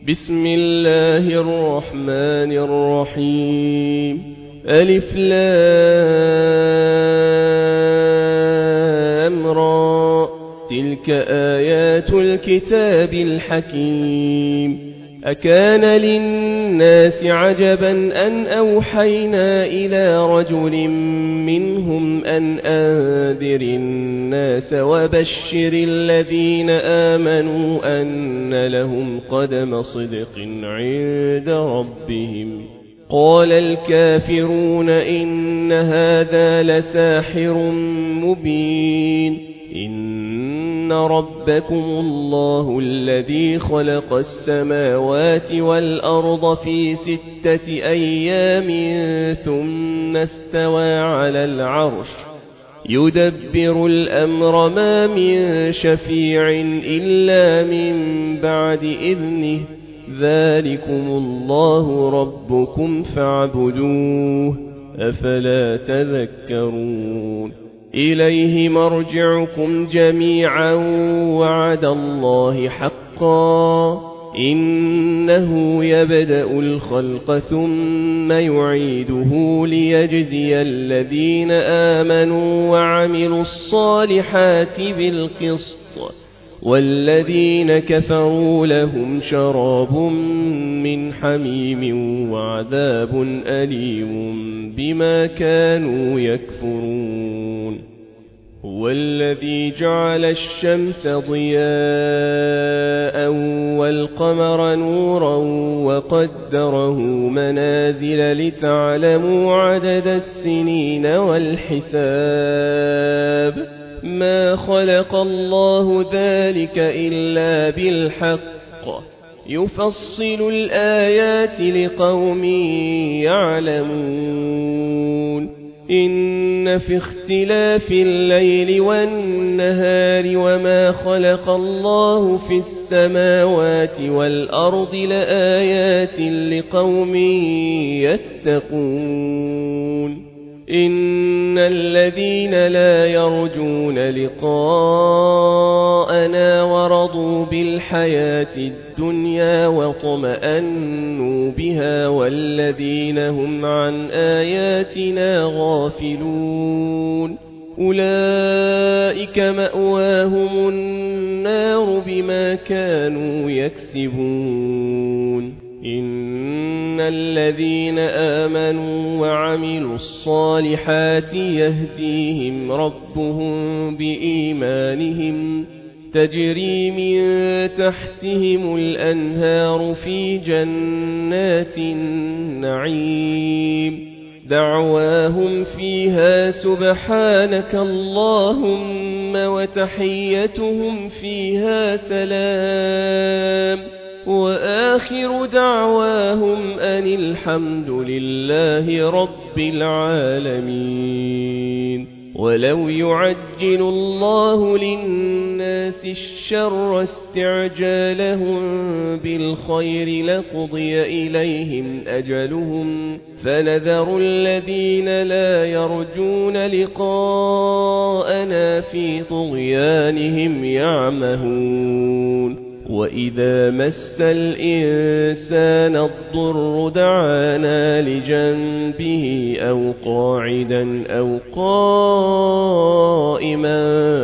بسم الله الرحمن الرحيم. ألف لام را، تلك آيات الكتاب الحكيم. أكان للناس عجبا أن أوحينا إلى رجل منهم أن أنذر الناس وبشر الذين آمنوا أن لهم قدم صدق عند ربهم. قال الكافرون إن هذا لساحر مبين. إن ربكم الله الذي خلق السماوات والأرض في 6 أيام ثم استوى على العرش يدبر الأمر ما من شفيع إلا من بعد إذنه ذلكم الله ربكم فاعبدوه أفلا تذكرون. إليه مرجعكم جميعا وعد الله حقا إنه يبدأ الخلق ثم يعيده ليجزي الذين آمنوا وعملوا الصالحات بالقسط والذين كفروا لهم شراب من حميم وعذاب أليم بما كانوا يكفرون. هو الذي جعل الشمس ضياء والقمر نورا وقدره منازل لتعلموا عدد السنين والحساب. ما خلق الله ذلك إلا بالحق يفصل الآيات لقوم يعلمون. إن في اختلاف الليل والنهار وما خلق الله في السماوات والأرض لآيات لقوم يتقون. إن الذين لا يرجون لقاءنا ورضوا بالحياة الدنيا واطمأنوا بها والذين هم عن آياتنا غافلون أولئك مأواهم النار بما كانوا يكسبون. إن الذين آمنوا وعملوا الصالحات يهديهم ربهم بإيمانهم تجري من تحتهم الأنهار في جنات النعيم دعواهم فيها سبحانك اللهم وتحيتهم فيها سلام وآخر دعواهم أن الحمد لله رب العالمين. ولو يعجل الله للناس الشر استعجالهم بالخير لقضي إليهم أجلهم فنذر الذين لا يرجون لقاءنا في طغيانهم يعمهون. وإذا مس الإنسان الضر دعانا لجنبه أو قاعدا أو قائما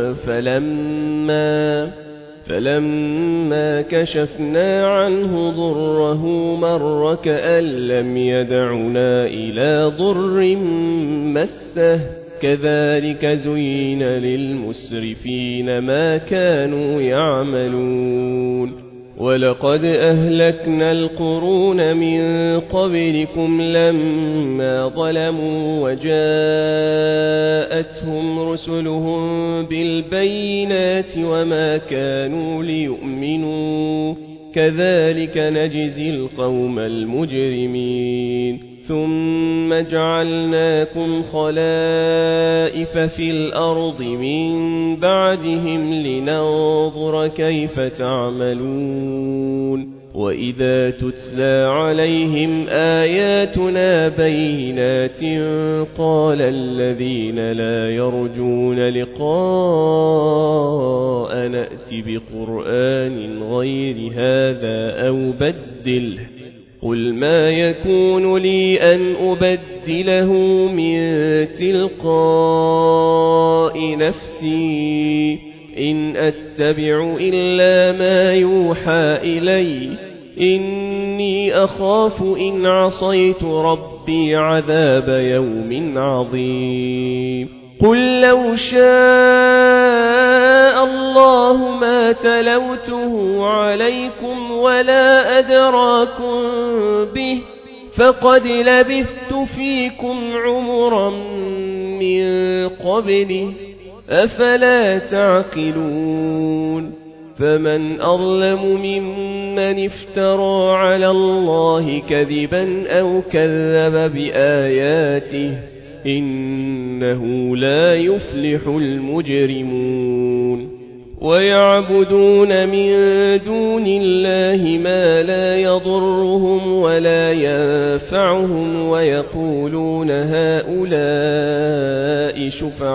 فلما كشفنا عنه ضره مر كأن لم يدعنا إلى ضر مسه كذلك زين للمسرفين ما كانوا يعملون. ولقد أهلكنا القرون من قبلكم لما ظلموا وجاءتهم رسلهم بالبينات وما كانوا ليؤمنوا كذلك نجزي القوم المجرمين. ثم جعلناكم خلائف في الأرض من بعدهم لننظر كيف تعملون وإذا تتلى عليهم آياتنا بينات قال الذين لا يرجون لقاء نأت بقرآن غير هذا أو بدله قل ما يكون لي أن أبدله من تلقاء نفسي إن أتبع إلا ما يوحى إلي إني أخاف إن عصيت ربي عذاب يوم عظيم قل لو شاء الله ما تلوته عليكم ولا أدراكم به فقد لبثت فيكم عمرا من قبله أفلا تعقلون فمن أظلم ممن افترى على الله كذبا أو كذب بآياته إنه لا يفلح المجرمون ويعبدون من دون الله ما لا يضرهم ولا ينفعهم ويقولون هؤلاء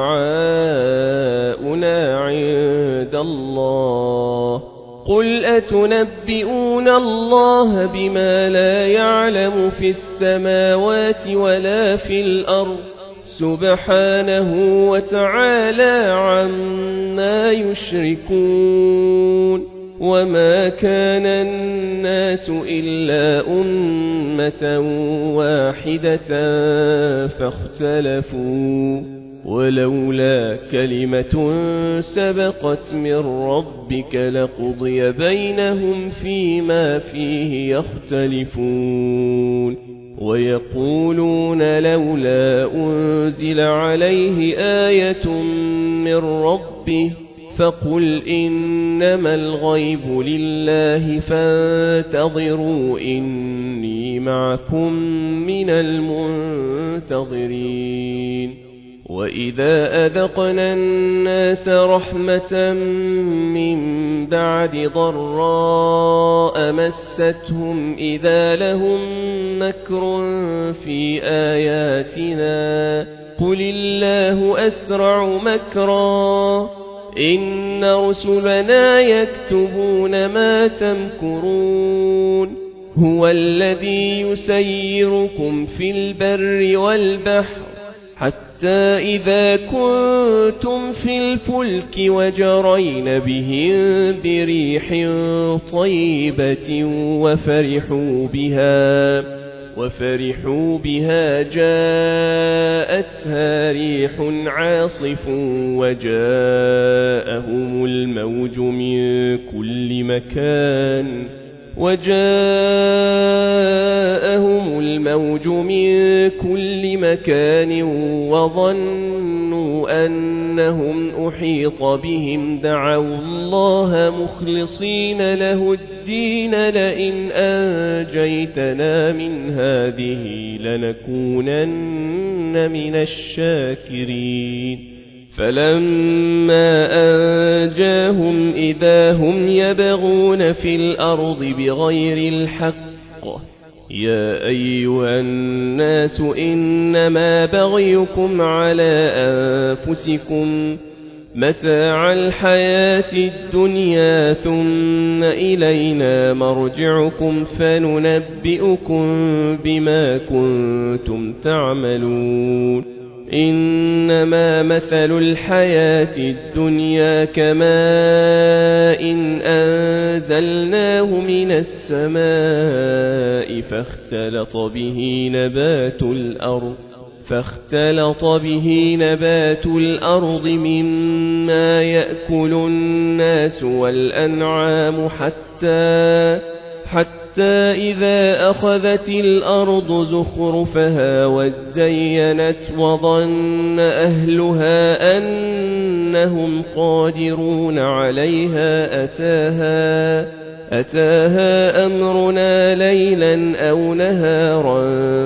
شفعاؤنا عند الله قل أتنبئون الله بما لا يعلم في السماوات ولا في الأرض سبحانه وتعالى عما يشركون وما كان الناس إلا أمة واحدة فاختلفوا ولولا كلمة سبقت من ربك لقضي بينهم فيما فيه يختلفون ويقولون لولا أنزل عليه آية من ربه فقل إنما الغيب لله فانتظروا إني معكم من المنتظرين وإذا أذقنا الناس رحمة من بعد ضراء مستهم إذا لهم مكر في آياتنا قل الله أسرع مكرا إن رسلنا يكتبون ما تمكرون هو الذي يسيركم في البر والبحر حتى إذا كنتم في الفلك وجرين بهم بريح طيبة وفرحوا بها جاءتها ريح عاصف وجاءهم الموج من كل مكان وظنوا أنهم أحيط بهم دعوا الله مخلصين له الدين لئن أنجيتنا من هذه لنكونن من الشاكرين فلما أنجاهم إذا هم يبغون في الأرض بغير الحق يا أيها الناس إنما بغيكم على أنفسكم متاع الحياة الدنيا ثم إلينا مرجعكم فننبئكم بما كنتم تعملون إنما مثل الحياة الدنيا كماء إن أنزلناه من السماء فاختلط به نبات الأرض مما يأكل الناس والأنعام حتى إذا أخذت الأرض زخرفها وزينت وظن أهلها أنهم قادرون عليها أتاها أمرنا ليلا أو نهارا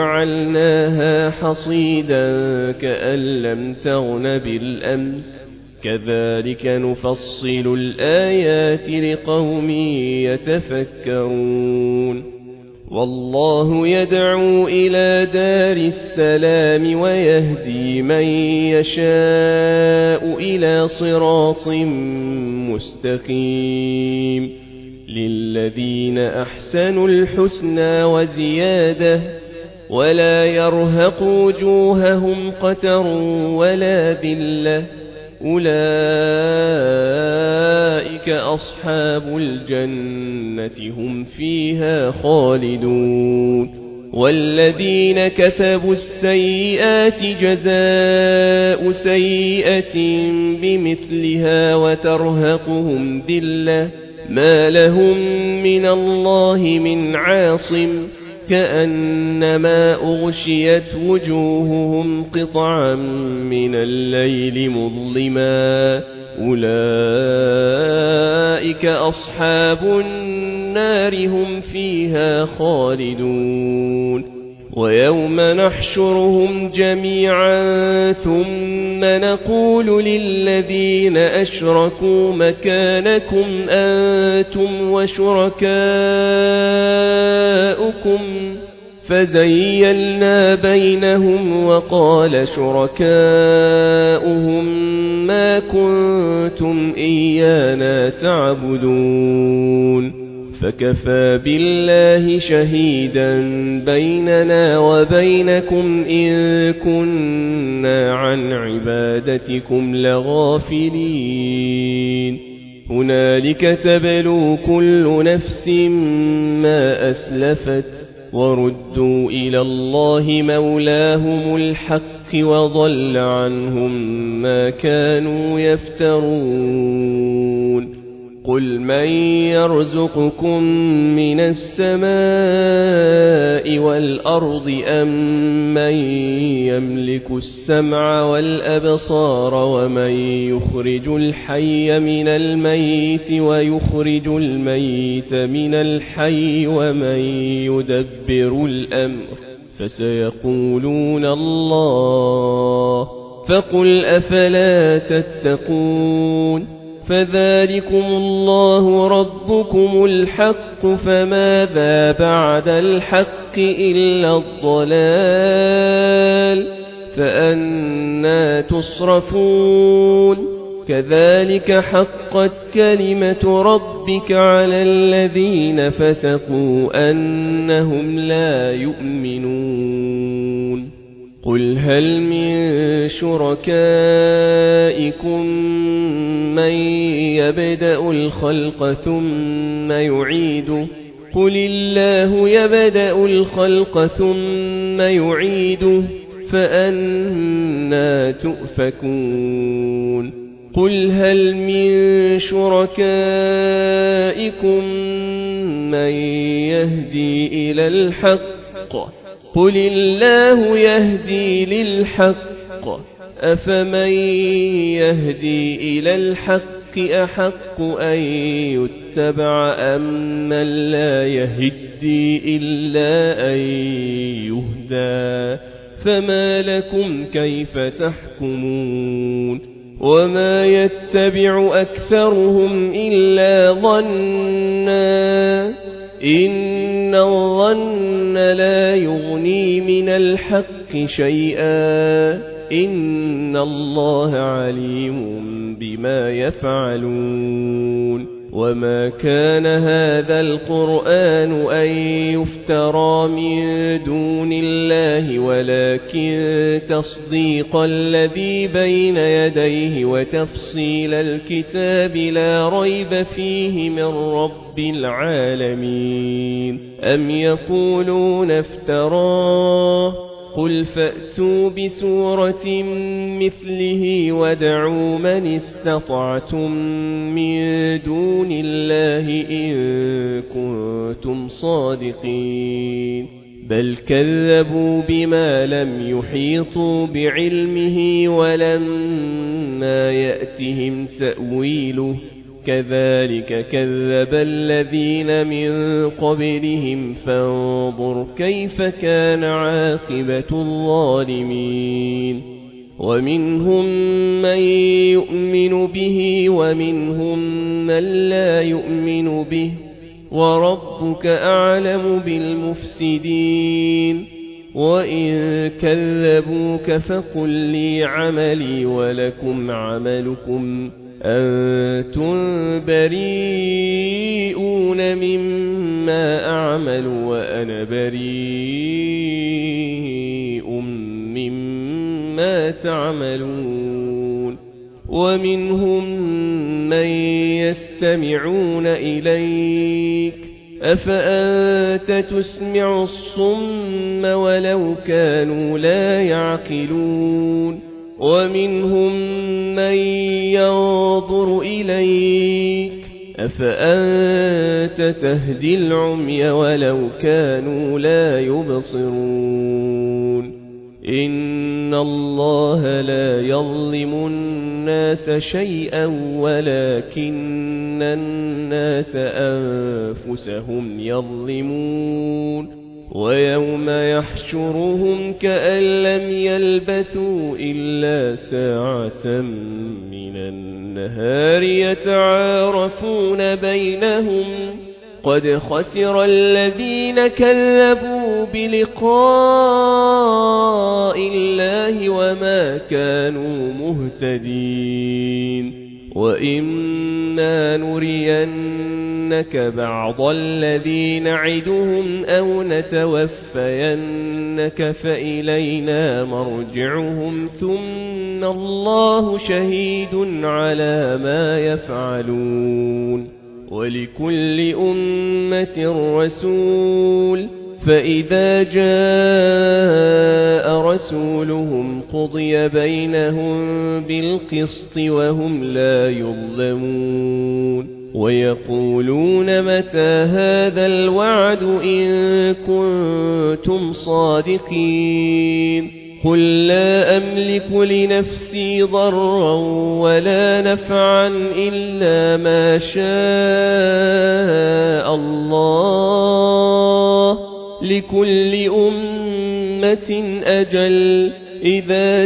فجعلناها حصيدا كأن لم تغن بالأمس كذلك نفصل الآيات لقوم يتفكرون والله يدعو إلى دار السلام ويهدي من يشاء إلى صراط مستقيم للذين أحسنوا الحسنى وزيادة ولا يرهق وجوههم قتر ولا ذلة أولئك أصحاب الجنة هم فيها خالدون والذين كسبوا السيئات جزاء سيئة بمثلها وترهقهم ذلة ما لهم من الله من عاصم كأنما أغشيت وجوههم قطعا من الليل مظلما أولئك أصحاب النار هم فيها خالدون ويوم نحشرهم جميعا ثم نقول للذين أشركوا مكانكم أنتم وشركاؤكم فزيلنا بينهم وقال شركاؤهم ما كنتم إيانا تعبدون فكفى بالله شهيدا بيننا وبينكم إن كنا عن عبادتكم لغافلين هنالك تبلو كل نفس ما أسلفت وردوا إلى الله مولاهم الحق وضل عنهم ما كانوا يفترون قل من يرزقكم من السماء والأرض أم من يملك السمع والأبصار ومن يخرج الحي من الميت ويخرج الميت من الحي ومن يدبر الأمر فسيقولون الله فقل أفلا تتقون فذلكم الله ربكم الحق فماذا بعد الحق إلا الضلال فأنى تصرفون كذلك حقت كلمة ربك على الذين فسقوا أنهم لا يؤمنون قل هل من شركائكم من يبدأ الخلق ثم يعيده قل الله يبدأ الخلق ثم يعيده فأنى تؤفكون قل هل من شركائكم من يهدي إلى الحق قل الله يهدي للحق أفمن يهدي إلى الحق أحق أن يتبع أم من لا يهدي إلا أن يهدى فما لكم كيف تحكمون وما يتبع أكثرهم إلا ظنا إن الظن لا يغني من الحق شيئا إن الله عليم بما يفعلون وما كان هذا القرآن أن يفترى من دون الله ولكن تصديق الذي بين يديه وتفصيل الكتاب لا ريب فيه من رب العالمين أم يقولون افتراه قل فأتوا بسورة مثله وادعوا من استطعتم من دون الله إن كنتم صادقين بل كذبوا بما لم يحيطوا بعلمه ولما يأتهم تأويله كذلك كذب الذين من قبلهم فانظر كيف كان عاقبة الظالمين ومنهم من يؤمن به ومنهم من لا يؤمن به وربك أعلم بالمفسدين وإن كذبوك فقل لي عملي ولكم عملكم أنتم بريئون مما أعمل وأنا بريء مما تعملون ومنهم من يستمعون إليك أفأنت تسمع الصم ولو كانوا لا يعقلون ومنهم من ينظر إليك أفأنت تهدي العمي ولو كانوا لا يبصرون إن الله لا يظلم الناس شيئا ولكن الناس أنفسهم يظلمون ويوم يحشرهم كأن لم يلبثوا إلا ساعة من النهار يتعارفون بينهم قد خسر الذين كذبوا بلقاء الله وما كانوا مهتدين وإما نرينك بعض الذي نعدهم أو نتوفينك فإلينا مرجعهم ثم الله شهيد على ما يفعلون ولكل أمة رسول فإذا جاء رسولهم قضي بينهم بالقسط وهم لا يظلمون ويقولون متى هذا الوعد إن كنتم صادقين قل لا أملك لنفسي ضرا ولا نفعا إلا ما شاء الله لكل أمة أجل إذا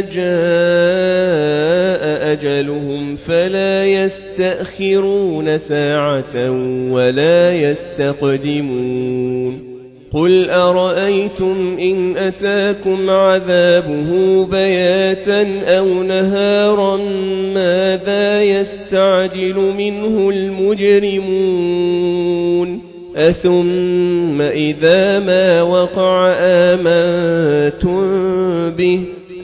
جاء أجلهم فلا يستأخرون ساعة ولا يستقدمون قل أرأيتم إن أتاكم عذابه بياتا أو نهارا ماذا يستعجل منه المجرمون أثم إذا ما وقع آمنتم به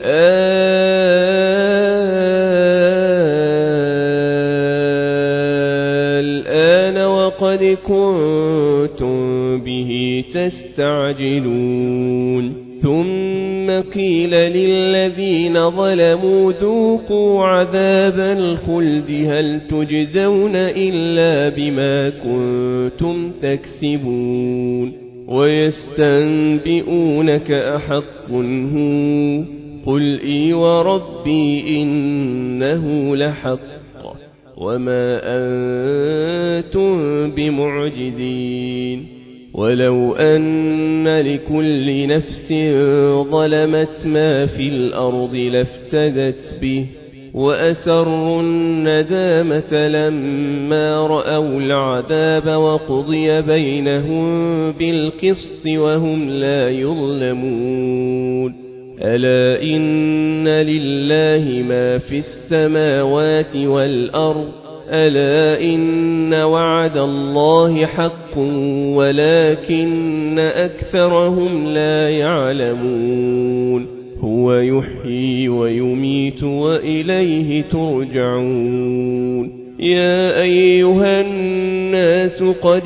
الآن وقد كنتم به تستعجلون ثم قيل للذين ظلموا ذوقوا عذاب الخلد هل تجزون إلا بما كنتم تكسبون ويستنبئونك أحق هو قل إي وربي إنه لحق وما أنتم بمعجزين ولو أن لكل نفس ظلمت ما في الأرض لافتدت به وأسروا الندامة لما رأوا العذاب وقضي بينهم بالقسط وهم لا يظلمون ألا إن لله ما في السماوات والأرض ألا إن وعد الله حق ولكن أكثرهم لا يعلمون هو يحيي ويميت وإليه ترجعون يا أيها الناس قد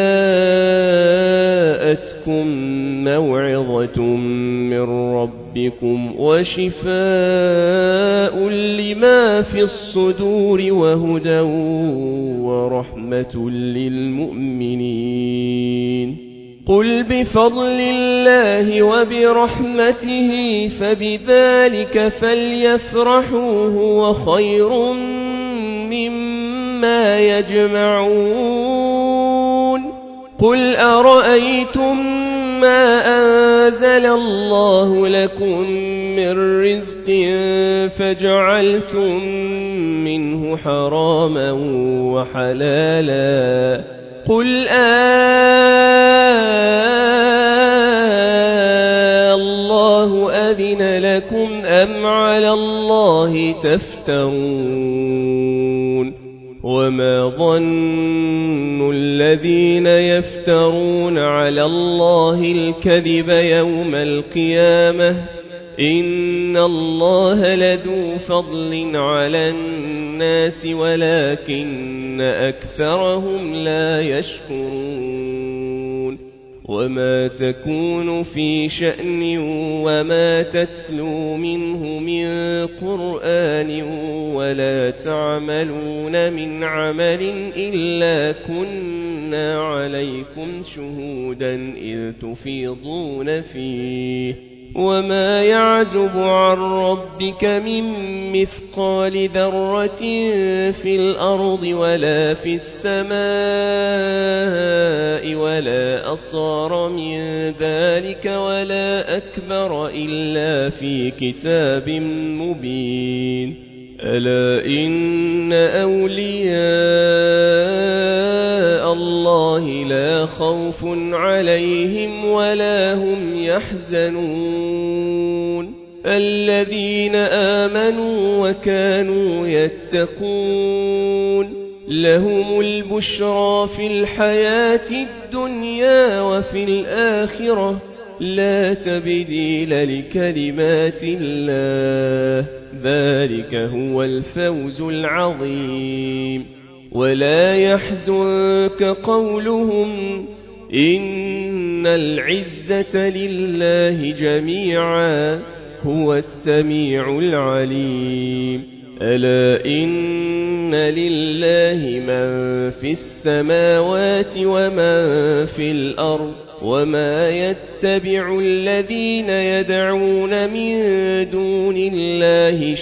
جاءتكم موعظة من ربكم وشفاء لما في الصدور وهدى ورحمة للمؤمنين قل بفضل الله وبرحمته فبذلك فليفرحوا هو خير مما يجمعون قل أرأيتم ما أنزل الله لكم من رزق فجعلتم منه حراما وحلالا قل الله أذن لكم أم على الله تفترون وما ظن الذين يفترون على الله الكذب يوم القيامة إن الله لذو فضل على الناس ولكن أكثرهم لا يشكرون وما تكون في شأن وما تتلو منه من قرآن ولا تعملون من عمل إلا كنا عليكم شهودا إذ تفيضون فيه وما يعزب عن ربك من مثقال ذرة في الأرض ولا في السماء ولا أصغر من ذلك ولا أكبر إلا في كتاب مبين ألا إن أولياء الله لا خوف عليهم ولا هم يحزنون الذين آمنوا وكانوا يتقون لهم البشرى في الحياة الدنيا وفي الآخرة لا تبديل لكلمات الله ذلك هو الفوز العظيم ولا يحزنك قولهم إن العزة لله جميعا هو السميع العليم ألا إن لله من في السماوات ومن في الأرض وما يتبع الذين يدعون من دون الله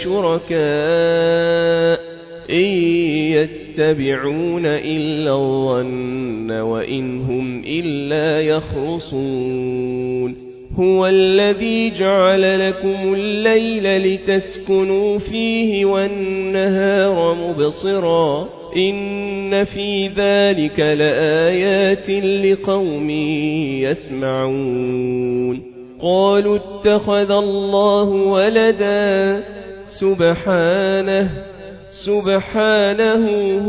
شركاء إن يتبعون إلا الظن وإن هم إلا يخرصون هو الذي جعل لكم الليل لتسكنوا فيه والنهار مبصرا إن في ذلك لآيات لقوم يسمعون قالوا اتخذ الله ولدا سبحانه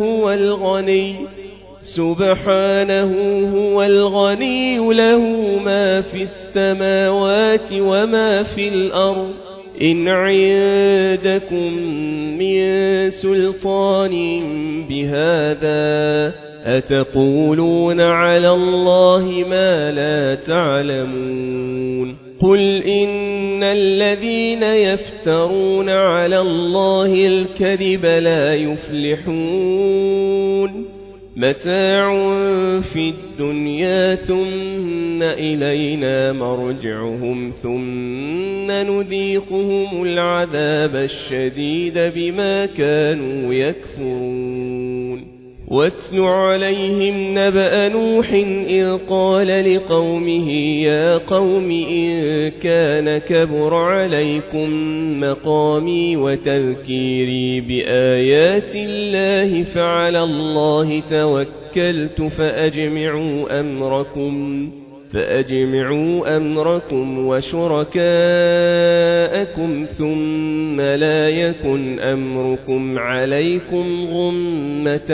هو الغني له ما في السماوات وما في الأرض إن عندكم من سلطان بهذا أتقولون على الله ما لا تعلمون قل إن الذين يفترون على الله الكذب لا يفلحون متاع في الدنيا ثم إلينا مرجعهم ثم نذيقهم العذاب الشديد بما كانوا يكفرون واتل عليهم نبأ نوح إذ قال لقومه يا قوم إن كان كبر عليكم مقامي وتذكيري بآيات الله فعلى الله توكلت فأجمعوا أمركم وشركاءكم ثم لا يكن أمركم عليكم غمة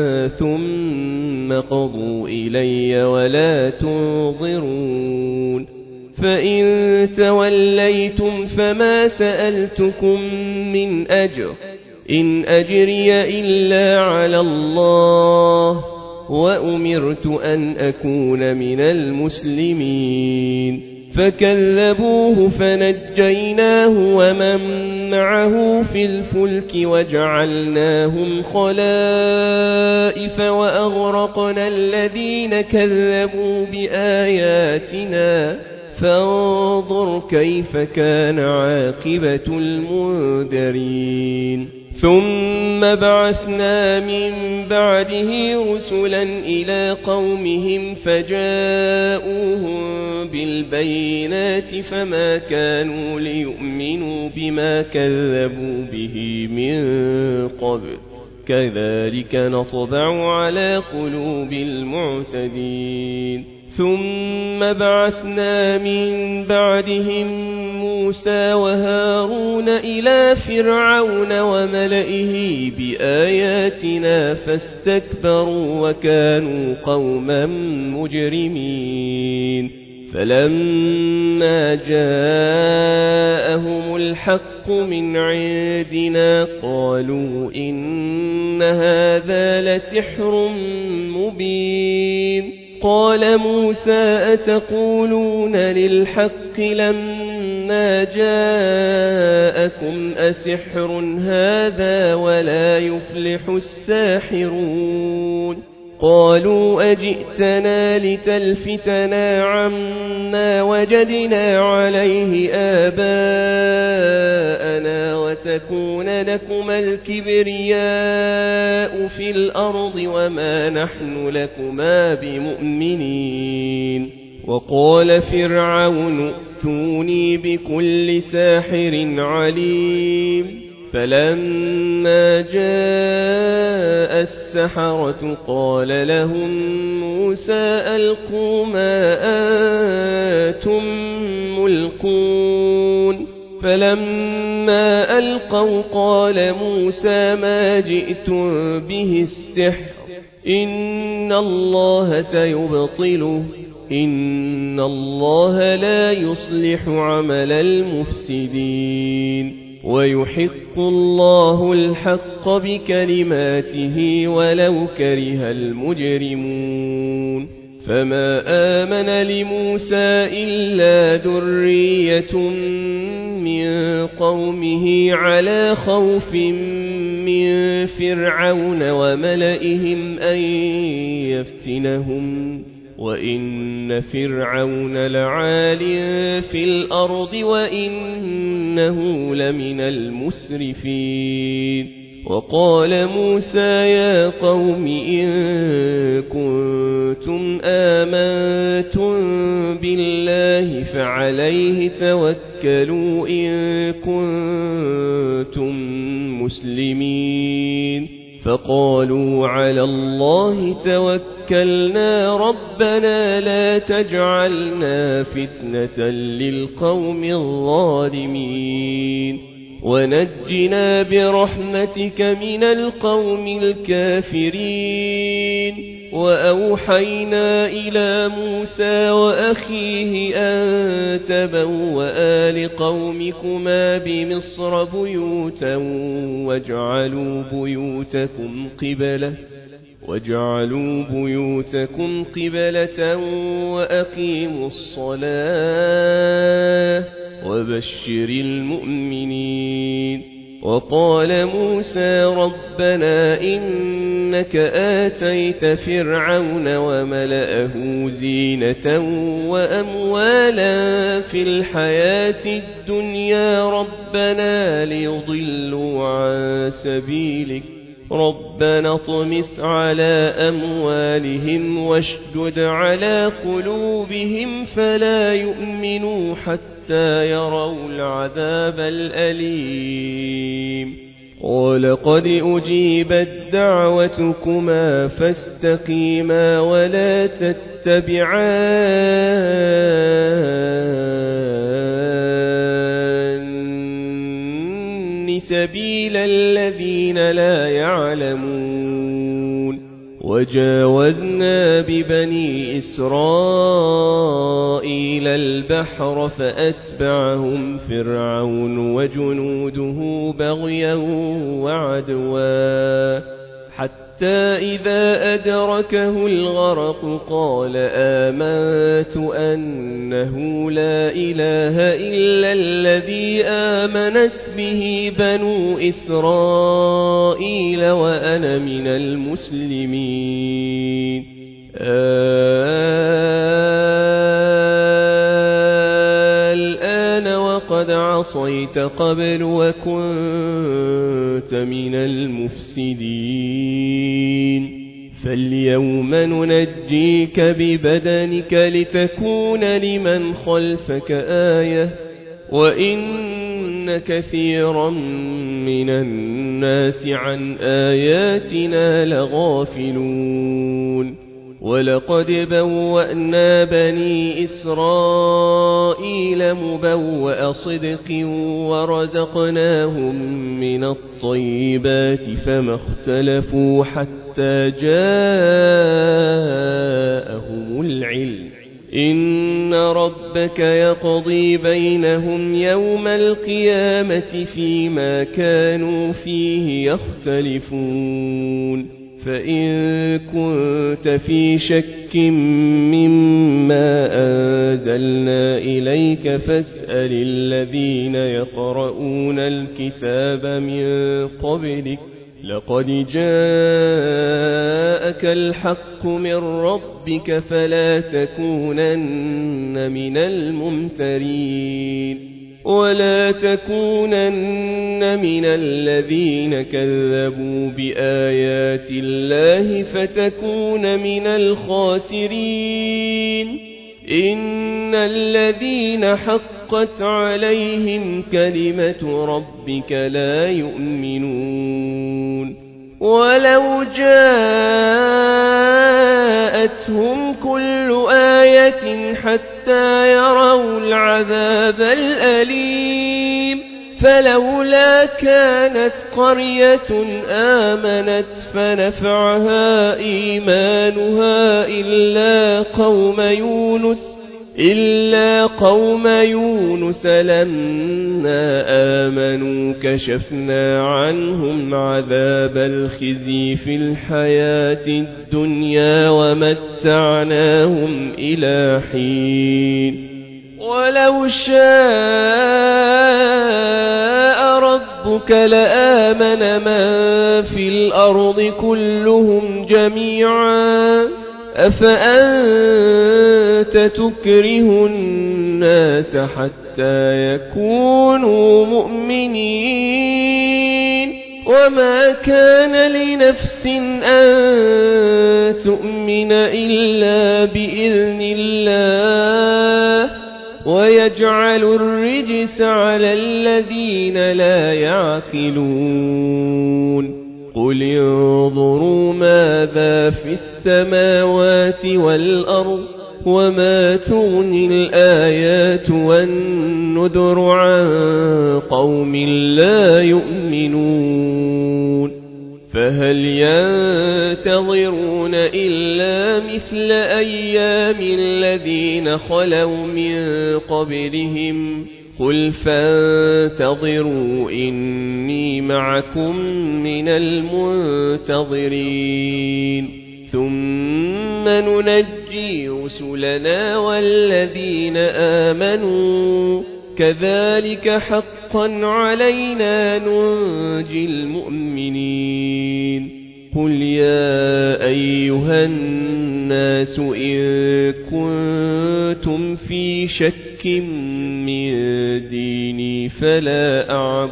ثم قضوا إلي ولا تنظرون فإن توليتم فما سألتكم من أجر إن أجري إلا على الله وأمرت أن أكون من المسلمين فكذبوه فنجيناه ومن معه في الفلك وجعلناهم خلائف وأغرقنا الذين كذبوا بآياتنا فانظر كيف كان عاقبة المنذرين ثم بعثنا من بعده رسلا إلى قومهم فجاءوهم بالبينات فما كانوا ليؤمنوا بما كذبوا به من قبل كذلك نطبع على قلوب المعتدين ثم بعثنا من بعدهم موسى وهارون إلى فرعون وملئه بآياتنا فاستكبروا وكانوا قوما مجرمين فلما جاءهم الحق من عندنا قالوا إن هذا لسحر مبين قال موسى أتقولون للحق لما جاءكم أسحر هذا ولا يفلح الساحرون قالوا أجئتنا لتلفتنا عما وجدنا عليه آباءنا وتكون لكما الكبرياء في الأرض وما نحن لكما بمؤمنين وقال فرعون ائتوني بكل ساحر عليم فلما جاء السحرة قال لهم موسى ألقوا ما أنتم ملقون فلما ألقوا قال موسى ما جئتم به السحر إن الله سيبطله إن الله لا يصلح عمل المفسدين ويحق الله الحق بكلماته ولو كره المجرمون فما آمن لموسى إلا ذرية من قومه على خوف من فرعون وملئهم أن يفتنهم وإن فرعون لعال في الأرض وإنه لمن المسرفين وقال موسى يا قوم إن كنتم آمنتم بالله فعليه توكلوا إن كنتم مسلمين فقالوا على الله توكلنا ربنا لا تجعلنا فتنة للقوم الظالمين ونجنا برحمتك من القوم الكافرين وأوحينا إلى موسى وأخيه أن تبوأ لقومكما بمصر بيوتا واجعلوا بيوتكم قبلة وأقيموا الصلاة وبشر المؤمنين وقال موسى ربنا إنك آتيت فرعون وملأه زينة وأموالا في الحياة الدنيا ربنا ليضلوا عن سبيلك ربنا اطمس على أموالهم واشدد على قلوبهم فلا يؤمنوا حتى يروا العذاب الأليم قال قد أجيبت دعوتكما فاستقيما ولا تتبعان سبيل الذين لا يعلمون وجاوزنا ببني إسرائيل البحر فأتبعهم فرعون وجنوده بغيا وعدوا حتى إذا أدركه الغرق قال آمنت أنه لا إله إلا الذي آمنت به بنو إسرائيل وأنا من المسلمين الآن وقد عصيت قبل وكنت من المفسدين فاليوم ننجيك ببدنك لتكون لمن خلفك آية وإن كثيرا من الناس عن آياتنا لغافلون ولقد بوأنا بني إسرائيل مبوأ صدق ورزقناهم من الطيبات فما اختلفوا حتى جاءهم العلم إن ربك يقضي بينهم يوم القيامة فيما كانوا فيه يختلفون فإن كنت في شك مما أنزلنا إليك فاسأل الذين يقرؤون الكتاب من قبلك لقد جاءك الحق من ربك فلا تكونن من الممترين ولا تكونن من الذين كذبوا بآيات الله فتكون من الخاسرين إن الذين حقت عليهم كلمة ربك لا يؤمنون ولو جاءتهم كل آية حتى يروا العذاب الأليم فلولا كانت قرية آمنت فنفعها إيمانها إلا قوم يونس لما آمنوا كشفنا عنهم عذاب الخزي في الحياة الدنيا ومتعناهم إلى حين ولو شاء ربك لآمن من في الأرض كلهم جميعا أفأنت تكره الناس حتى يكونوا مؤمنين وما كان لنفس أن تؤمن إلا بإذن الله ويجعل الرجس على الذين لا يعقلون قل انظروا ماذا في السماوات والأرض وما تغني الآيات والنذر عن قوم لا يؤمنون فهل ينتظرون إلا مثل أيام الذين خلوا من قبلهم قل فانتظروا إني معكم من المنتظرين ثم ننجي رسلنا والذين آمنوا كذلك حقا علينا ننجي المؤمنين قل يا أيها الناس إن كنتم في شك من ديني فلا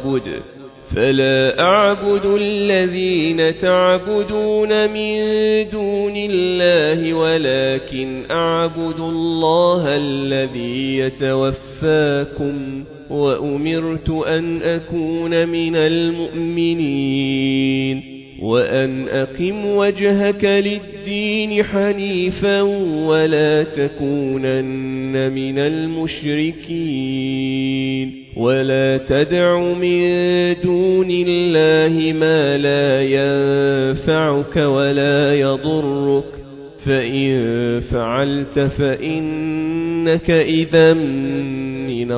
أعبد الذين تعبدون من دون الله ولكن أعبد الله الذي يتوفاكم وأمرت أن أكون من المؤمنين وأن أقم وجهك للدين حنيفا ولا تكونن من المشركين ولا تدع من دون الله ما لا ينفعك ولا يضرك فإن فعلت فإنك إذا من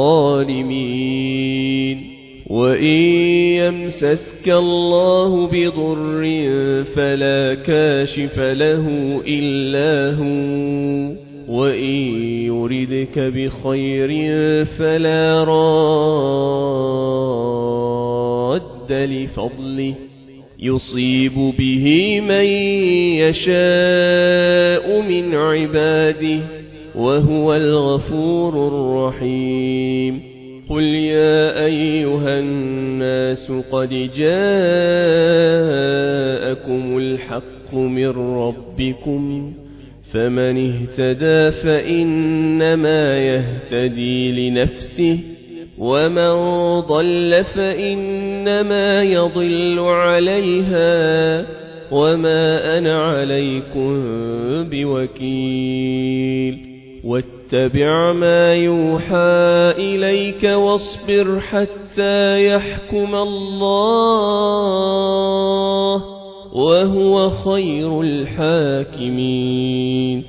الظالمين وإن يمسسك الله بضر فلا كاشف له إلا هو وإن يردك بخير فلا راد لفضله يصيب به من يشاء من عباده وهو الغفور الرحيم قل يا أيها الناس قد جاءكم الحق الحق من ربكم فمن اهتدى فإنما يهتدي لنفسه ومن ضل فإنما يضل عليها وما أنا عليكم بوكيل واتبع ما يوحى إليك واصبر حتى يحكم الله وهو خير الحاكمين